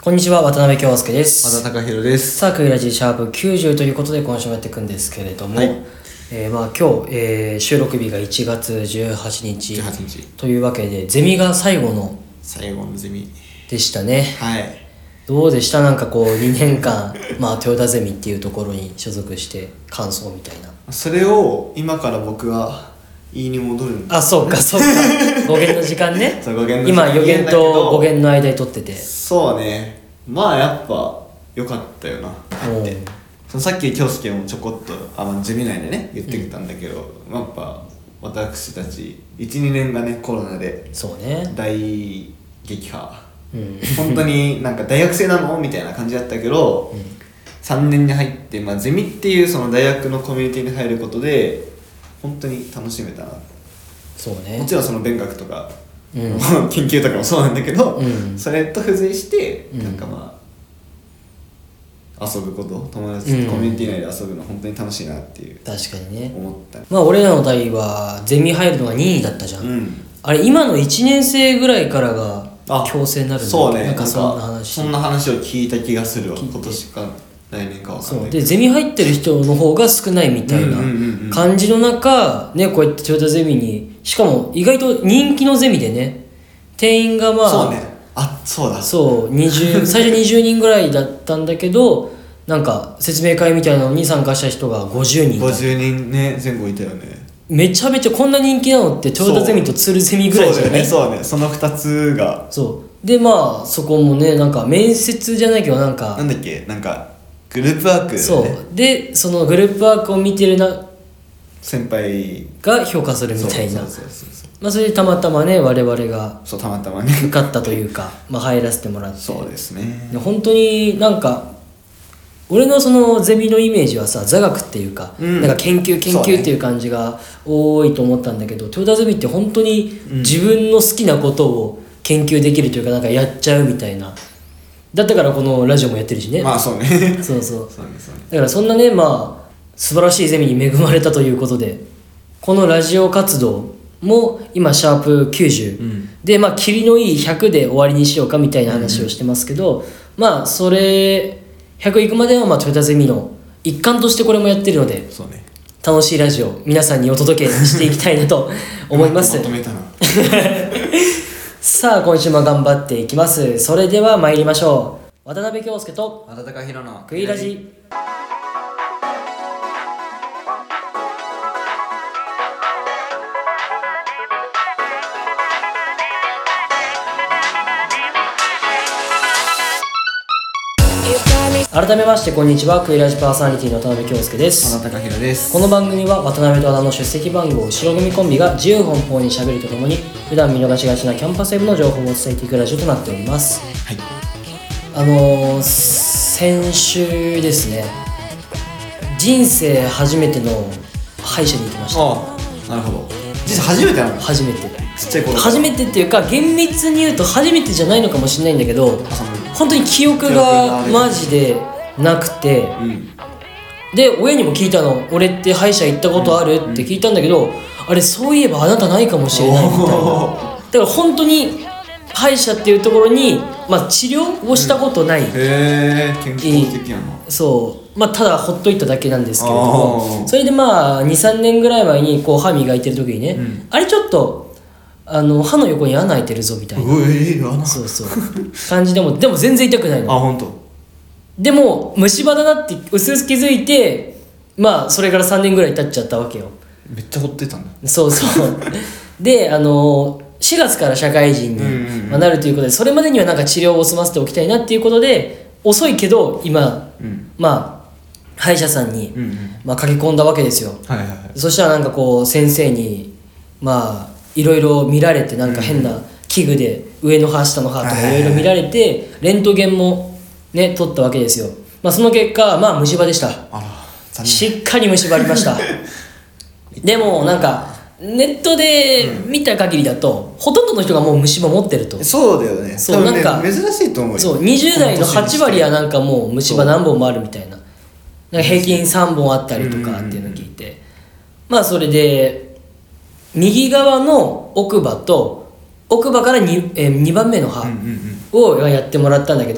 こんにちは、渡辺京介です。 和田貴弘です。 さあ、クイラジシャープ90ということで今週もやっていくんですけれども、 はい。 今日、収録日が1月18日 18日というわけで、ゼミが最後のゼミでしたね。 はい。 どうでした？なんかこう2年間トヨタゼミっていうところに所属して感想みたいな。 それを今から僕は言いに戻るんです。 あ、そうか語源の時間ね。 そう、語源の時間今予言と語源の間に撮ってて、 そうね。やっぱ良かったよなってさっき京介もちょこっとゼミ内でね言ってきたんだけど、やっぱ私たち 1,2 年がねコロナでそうね、 大撃破、本当になんか大学生なのみたいな感じだったけど、3年に入って、ゼミっていうその大学のコミュニティに入ることで本当に楽しめたな。 そうね、 もちろんその勉学とか、研究とかもそうなんだけど、それと付随して、なんか遊ぶこと、友達とコミュニティ内で遊ぶの本当に楽しいなっていう。 確かにね。 思った。 俺らの代はゼミ入るのが任意だったじゃん、あれ今の1年生ぐらいからが強制になるんだ。 そうね、 なんかそんな話を聞いた気がするわ。今年か来年かわかんない。 そうで、ゼミ入ってる人の方が少ないみたいな感じの中ね、こうやってトヨタゼミに、しかも意外と人気のゼミでね、定員がそうね、そうだ、 そう最初20人ぐらいだったんだけど、なんか説明会みたいなのに参加した人が50人 50人ね前後いたよね。 めちゃめちゃこんな人気なのってトヨタゼミとツルゼミぐらいじゃない？ そうね、その2つが。 そうで、そこもね、なんか面接じゃないけどなんだっけ、なんかグループワーク、ね、 そうで、そのグループワークを見てる先輩が評価するみたいな。それでたまたまね、我々がたまたまね受かったというか入らせてもらって。 そうですね。 本当になんか俺のそのゼミのイメージはさ、座学っていうか、なんか研究っていう感じが多いと思ったんだけど、トヨタゼミって本当に自分の好きなことを研究できるというか、なんかやっちゃうみたいな。だったからこのラジオもやってるしね。 そうねそうだからそんなね、素晴らしいゼミに恵まれたということで、このラジオ活動も今シャープ90、で霧のいい100で終わりにしようかみたいな話をしてますけど、それ100いくまではトヨタゼミの一環としてこれもやってるので、 そうね、 楽しいラジオ皆さんにお届けしていきたいなと思いますまとめたなさあ今週も頑張っていきます。それでは参りましょう。渡辺京介と和田貴弘のクイラジ。改めましてこんにちは、クイラジパーソナリティの渡辺京介です。 和田貴弘です。 この番組は渡辺と和田の出席番号後ろ組コンビが自由奔放にしゃべるとともに、普段見逃しがちなキャンパスウェブの情報を伝えていくラジオとなっております。 はい。 先週ですね、人生初めての歯医者に行きました。 なるほど。人生初めてなの？ 初めて。 ちっちゃい頃。 初めてっていうか、厳密に言うと初めてじゃないのかもしれないんだけど、本当に記憶がマジでなくて、で親にも聞いたの。俺って歯医者行ったことあるって聞いたんだけど、あれそういえばあなたないかもしれないみたいな。だから本当に歯医者っていうところに、治療をしたことない、 健康的やな。 そうただほっといただけなんですけれども、それで23年ぐらい前にこう歯磨いてる時にね、あれちょっと歯の横に穴開いてるぞみたいな、そう感じでも全然痛くないの。 本当。 でも虫歯だなってうすうす気づいて、それから3年ぐらい経っちゃったわけよ。 めっちゃ掘ってたんだ。 そうで4月から社会人になるということで、それまでにはなんか治療を済ませておきたいなっていうことで、遅いけど今、歯医者さんに、駆け込んだわけですよ。そしたらなんかこう先生にいろいろ見られて、なんか変な器具で上の歯下の歯とかいろいろ見られて、レントゲンもね取ったわけですよ。その結果虫歯でした。しっかり虫歯ありましたでもなんかネットで見た限りだと、ほとんどの人がもう虫歯持ってると。 そうだよね。 そう、なんか珍しいと思うよ。 そう、20代の8割はなんかもう虫歯何本もあるみたいな。なんか平均3本あったりとかっていうのを聞いて、それで右側の奥歯と奥歯から 2番目の歯をやってもらったんだけど、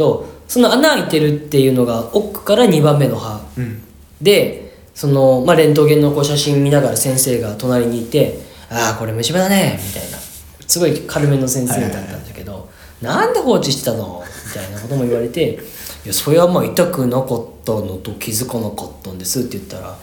その穴開いてるっていうのが奥から2番目の歯、でその、レントゲンのこう写真見ながら先生が隣にいて「ああこれ虫歯だね」みたいなすごい軽めの先生だったんだけど「なんで放置してたの?」みたいなことも言われて「いやそれは痛くなかったのと気づかなかったんです」って言ったら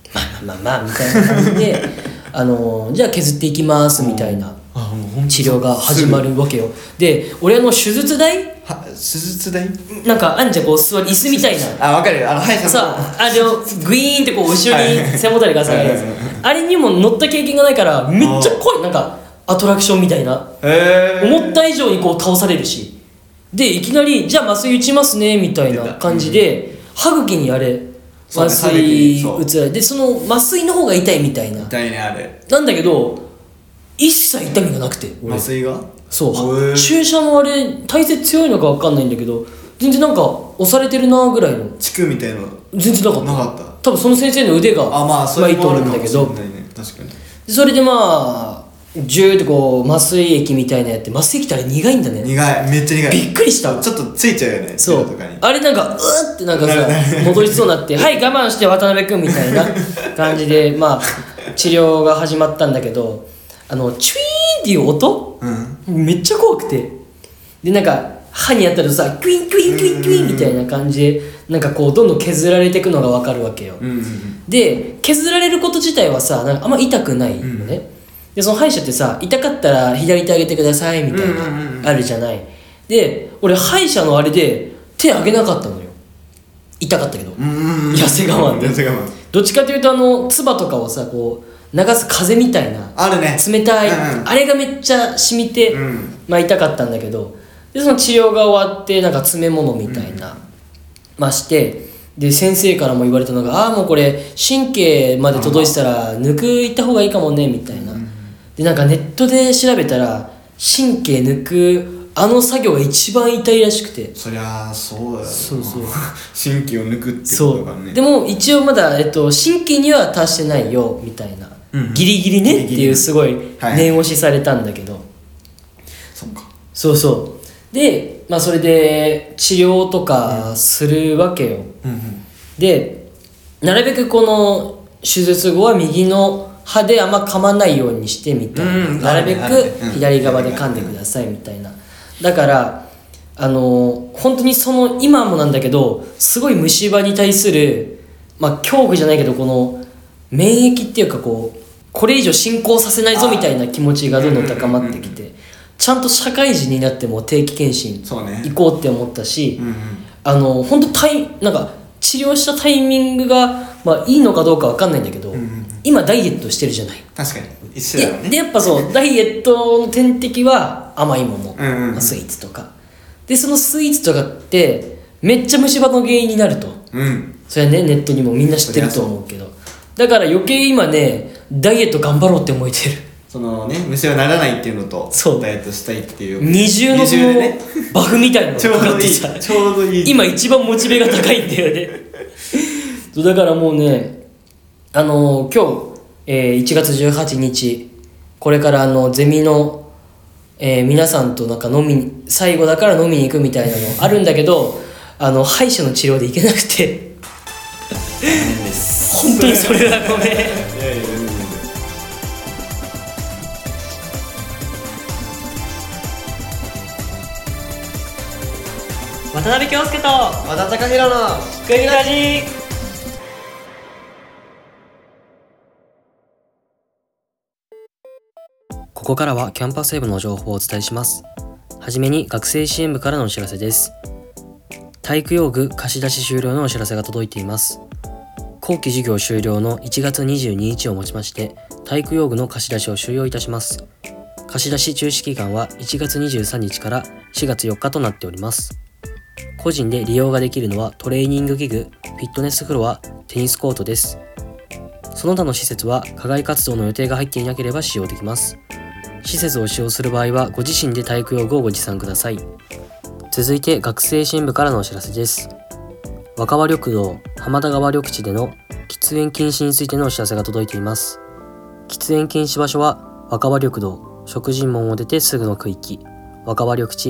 「まあみたいな感じでじゃあ削っていきますみたいな治療が始まるわけよ。で俺手術台手術台なんかあんじゃんこう座る椅子みたいな分かる歯医者さあれをグイーンってこう後ろに背もたれが下がるやつあれにも乗った経験がないからめっちゃ濃いなんかアトラクションみたいな思った以上にこう倒されるしでいきなりじゃあ麻酔打ちますねみたいな感じで歯茎にあれ麻酔打つでその麻酔の方が痛いみたいな痛いねあれなんだけど一切痛みがなくて麻酔がそう注射のあれ体勢強いのか分かんないんだけど全然なんか押されてるなぐらいのチクみたいな全然なかった多分その先生の腕がいいと思うんだけど確かにそれでジューってこう麻酔液みたいなやって麻酔液ってあれ苦いんだね苦いめっちゃ苦いびっくりしたちょっとついちゃうよねそうあれなんかうーってなんかさ戻りそうになってはい我慢して渡辺君みたいな感じで治療が始まったんだけどチュイーンっていう音、めっちゃ怖くてでなんか歯にやったらさクインクインクインクインみたいな感じでなんかこうどんどん削られていくのが分かるわけよ、で削られること自体はさなんかあんま痛くないのね、でその歯医者ってさ痛かったら左手上げてくださいみたいな、あるじゃない。で俺歯医者のあれで手上げなかったのよ痛かったけど、痩せ我慢でどっちかというと唾とかをさこう流す風みたいなあるね冷たい、あれがめっちゃ染みて、痛かったんだけどでその治療が終わってなんか詰め物みたいな、してで先生からも言われたのがもうこれ神経まで届いてたら抜くいった方がいいかもねみたいな、でなんかネットで調べたら神経抜く作業が一番痛いらしくてそりゃそうだよそう神経を抜くってことだからねでも一応まだ、神経には達してないよみたいな、ギリギリねっていうすごい念押しされたんだけど、 そっかそうでそれで治療とかするわけよ、でなるべくこの手術後は右の歯であんま噛まないようにしてみたいな、なるべく左側で噛んでくださいみたいな、だから本当に今もなんだけどすごい虫歯に対する恐怖じゃないけどこの免疫っていうかこれ以上進行させないぞみたいな気持ちがどんどん高まってきて、ちゃんと社会人になっても定期検診行こうって思ったし、本当なんか治療したタイミングが、いいのかどうか分かんないんだけど、今ダイエットしてるじゃない。 確かに一緒だよね。 でやっぱダイエットの天敵は甘いもの、スイーツとかでそのスイーツとかってめっちゃ虫歯の原因になると、それはねネットにもみんな知ってると思うけど、だから余計今ねダイエット頑張ろうって思えてる。 虫歯ならないっていうのとダイエットしたいっていう二重のバフみたいなのがかかってさちょうどいい今一番モチベが高いんだよねだからもうね今日、1月18日これからゼミの、皆さんとなんか最後だから飲みに行くみたいなのあるんだけど歯医者の治療で行けなくて本当にそれはごめん渡辺京介と和田貴弘のグリラジ。ここからはキャンパスウェブの情報をお伝えします。はじめに学生支援部からのお知らせです。体育用具貸し出し終了のお知らせが届いています。後期授業終了の1月22日をもちまして体育用具の貸し出しを終了いたします。貸し出し中止期間は1月23日から4月4日となっております。個人で利用ができるのはトレーニング器具、フィットネスフロア、テニスコートです。その他の施設は課外活動の予定が入っていなければ使用できます。施設を使用する場合はご自身で体育用具をご持参ください。続いて学生支援部からのお知らせです。若葉緑道浜田川緑地での喫煙禁止についてのお知らせが届いています。喫煙禁止場所は若葉緑道食人門を出てすぐの区域、若葉緑地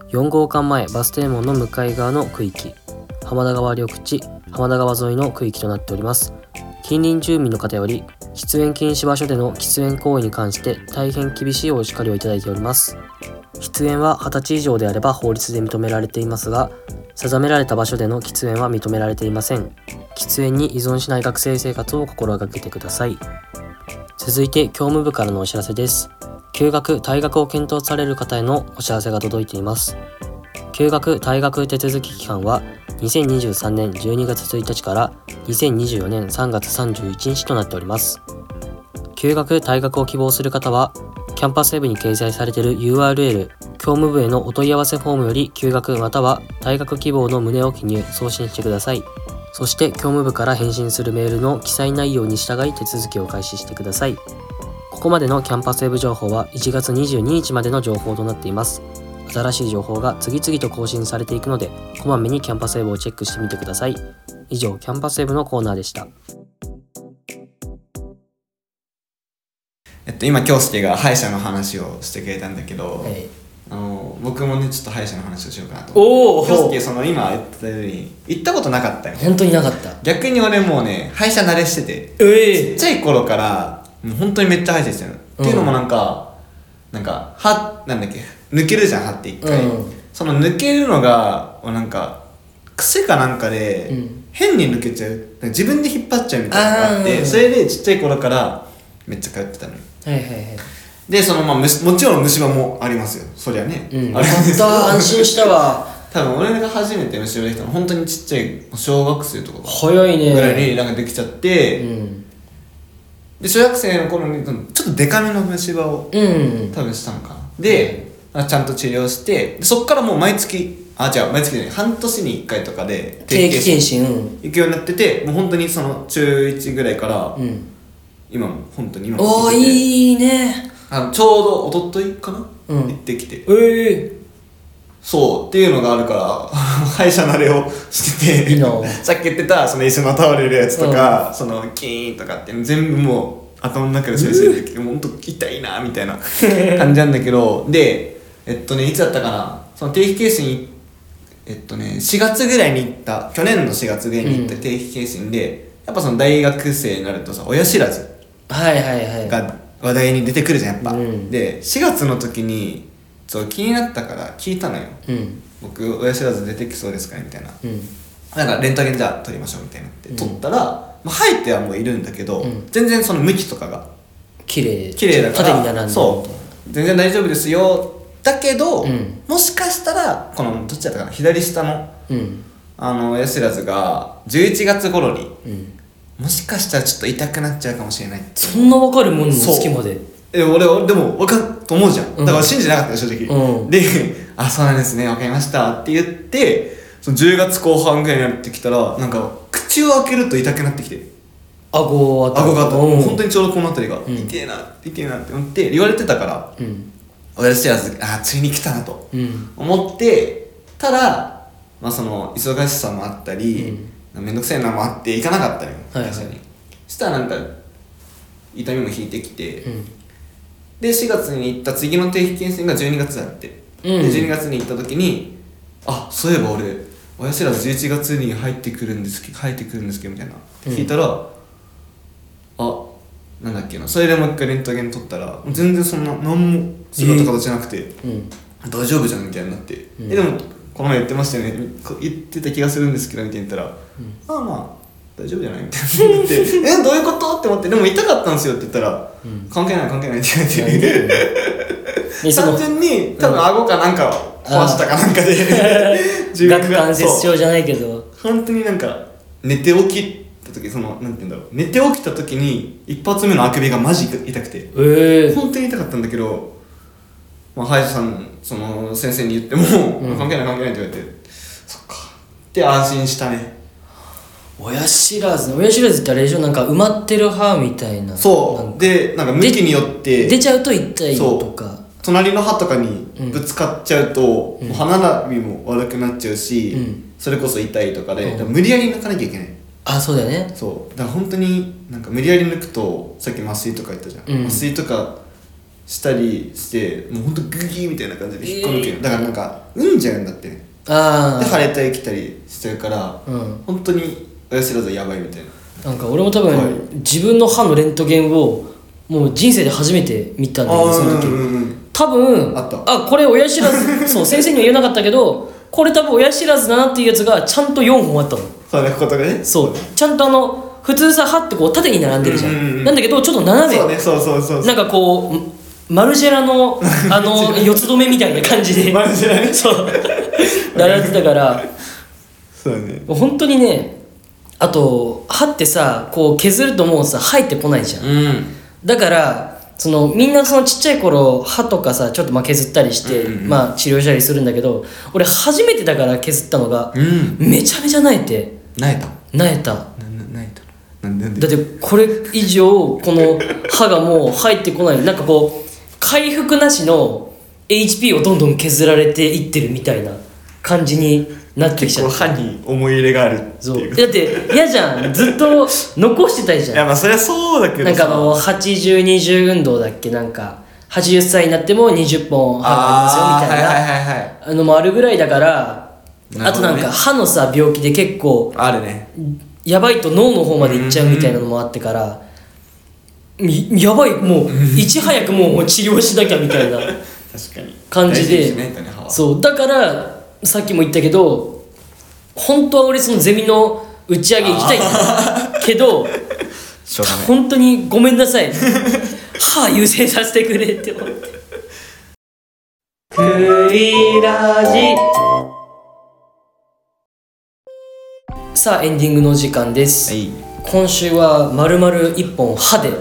4号館前バス停門の向かい側の区域、浜田川緑地、浜田川沿いの区域となっております。近隣住民の方より喫煙禁止場所での喫煙行為に関して大変厳しいお叱りをいただいております。喫煙は20歳以上であれば法律で認められていますが、定められた場所での喫煙は認められていません。喫煙に依存しない学生生活を心がけてください。続いて教務部からのお知らせです。休学・退学を検討される方へのお知らせが届いています。休学・退学手続き期間は2023年12月1日から2024年3月31日となっております。休学・退学を希望する方は、キャンパスウェブに掲載されている URL、教務部へのお問い合わせフォームより休学または退学希望の旨を記入・送信してください。そして教務部から返信するメールの記載内容に従い手続きを開始してください。ここまでのキャンパスウェブ情報は1月22日までの情報となっています。新しい情報が次々と更新されていくので、こまめにキャンパスウェブをチェックしてみてください。以上、キャンパスウェブのコーナーでした。 今京介が歯医者の話をしてくれたんだけど、 はい、 僕もねちょっと歯医者の話をしようかなと思って。京介今言ったように行ったことなかったよ。 本当になかった。 逆に俺もうね歯医者慣れしてて、ちっちゃい頃からもう本当にめっちゃ歯医者してるの、っていうのもなんだっけ抜けるじゃん歯って一回、その抜けるのがなんか癖かなんかで、変に抜けちゃう、自分で引っ張っちゃうみたいなのがあって、それでちっちゃい頃からめっちゃ通ってたのよ。でもちろん虫歯もありますよ、そりゃね、 あれだ、安心したわ。 多分俺が初めて虫歯できたの本当にちっちゃい小学生とか早いねぐらいになんかできちゃって、で小学生の頃にちょっとデカめの虫歯を多分したのかな、でちゃんと治療して、そっからもう毎月じゃない半年に1回とかで定期検診行くようになってて、もう本当にその中1ぐらいから、今も本当に今もいいね。 ちょうど一昨日かな、行ってきて、そうっていうのがあるから歯医者慣れをしてて、さっき言ってたその椅子の倒れるやつとか、そのキーンとかって全部もう頭の中で先生でほんと痛いなみたいな感じなんだけど、でいつだったかな、その定期検診4月ぐらいに行った、去年の4月ぐらいに行った定期検診で、やっぱその大学生になるとさ、親知らずが話題に出てくるじゃんやっぱ、で4月の時に気になったから聞いたのよ、僕親知らず出てきそうですかねみたいな、なんかレントゲンじゃあ撮りましょうみたいなって撮ったら、生えてはもういるんだけど、全然その向きとかが綺麗だからそう全然大丈夫ですよ。だけど、もしかしたらこのどっちだったかな、左下の、親知らずが11月頃に、もしかしたらちょっと痛くなっちゃうかもしれない。 そんな分かるもんの隙間で。 俺でも分かると思うじゃん、だから信じなかったよ正直、でそうなんですね、分かりましたって言って、その10月後半ぐらいになってきたら、なんか口を開けると痛くなってきて、顎が本当にちょうどこの辺りが痛えなって思って言われてたから、親知らずついに来たなと思って、ただその忙しさもあったり、めんどくさいのもあって行かなかったのよ会社に。そしたらなんか痛みも引いてきて、で4月に行った次の定期検診が12月だって、で12月に行った時にそういえば俺親知らず11月に生えてくるんですけどみたいな聞いたら、なんだっけな、それでもう一回レントゲン取ったら全然そんな何も姿形なくて、大丈夫じゃんみたいになって、でもこの前言ってましたよね、言ってた気がするんですけどみたいに言ったら、大丈夫じゃないみたいになってどういうことって思って、でも痛かったんですよって言ったら、関係ないって言われて、単純に多分顎かなんか壊したかなんかで顎関節症じゃないけど、 本当になんか寝て起きた時、なんて言うんだろう、寝て起きた時に一発目のあくびがマジ痛くて、本当に痛かったんだけど、歯医者さんその先生に言っても、関係ないって言われて、そっかって安心したね。 親知らずってあれでしょ、なんか埋まってる歯みたいな。 そうで、なんか向きによって出ちゃうと痛いとか、 隣の歯とかにぶつかっちゃうと、歯並びも悪くなっちゃうし、それこそ痛いとかで、無理やり抜かなきゃいけない。 そうだよね。 そうだから本当になんか無理やり抜くと、さっき麻酔とか言ったじゃん、麻酔とかしたりしてもうほんとグギーみたいな感じで引っこ抜ける、だからなんかうんじゃうんだってね。 あで腫れたり来たりしちゃうから、本当に親知らずはやばいみたいな。 なんか俺も多分、自分の歯のレントゲンをもう人生で初めて見たんだけど、その時、多分これ親知らずそう先生には言えなかったけど、これ多分親知らずだなっていうやつがちゃんと4本あったの。 そうね、ことがね。 そうちゃんと普通さ歯ってこう縦に並んでるじゃん、なんだけどちょっと斜め、 そうなんかこうマルジェラの四つ止めみたいな感じでマルジェラねそう並んでたからそうね、 本当にね。あと歯ってさこう削るともうさ入ってこないじゃん、だからみんなそのちっちゃい頃歯とかさちょっと削ったりして、まあ治療したりするんだけど、俺初めてだから削ったのが、めちゃめちゃ泣いて泣いただってこれ以上この歯がもう入ってこない、なんかこう回復なしの HP をどんどん削られていってるみたいな感じになってきちゃって、 結構歯に思い入れがあるっていう。 だって嫌じゃん、ずっと残してたいじゃん。 いやまあそりゃそうだけどなんか80-20運動だっけ、なんか80歳になっても20本歯がありますよみたいなのもあるぐらいだから、あとなんか歯のさ病気で結構あるね、 やばいと脳の方まで行っちゃうみたいなのもあってから、やばいもういち早くもう治療しなきゃみたいな感じで、そうだからさっきも言ったけど、本当は俺そのゼミの打ち上げ行きたいんだけど本当にごめんなさい歯優先させてくれって思って。クイラジさあエンディングの時間です、はい、今週は丸々1本歯で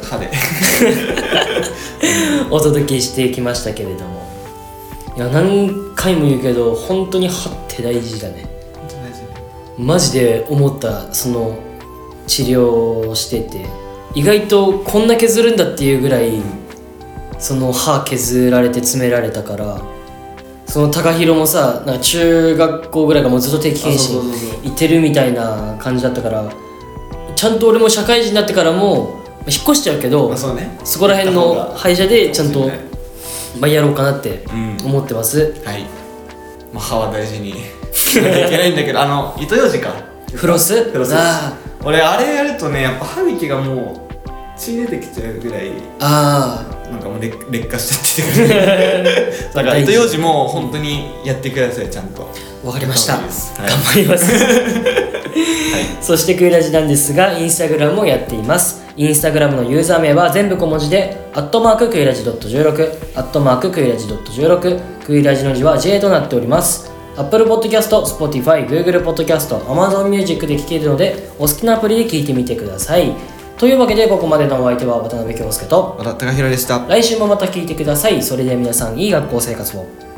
お届けしてきましたけれども、いや何回も言うけど本当に歯って大事だね。マジで思った。その治療をしてて意外とこんな削るんだっていうぐらいその歯削られて詰められたから、その高弘もさなんか中学校ぐらいがもうずっと定期検診行ってるみたいな感じだったから、ちゃんと俺も社会人になってからも引っ越しちゃうけど、そこら辺の歯医者でちゃんとやろうかなって思ってます、 はい。まあ、歯は大事にしなきゃいけないんだけど糸ようじかフロス俺あれやるとねやっぱ歯茎がもう血出てきちゃうぐらいなんかもう劣化しちゃっててだから糸ようじも本当にやってください、ちゃんと。 わかりました、頑張ります、そしてクイラジなんですがインスタグラムもやっています。インスタグラムのユーザー名は全部小文字で@クイラジ .16 クイラジ .16 クイラジの字は J となっております。Apple Podcast、Spotify、Google Podcast、Amazon Music で聴けるのでお好きなアプリで聴いてみてください。というわけでここまでのお相手は渡辺京介と和田貴弘でした。 来週もまた聴いてください。それでは皆さんいい学校生活を。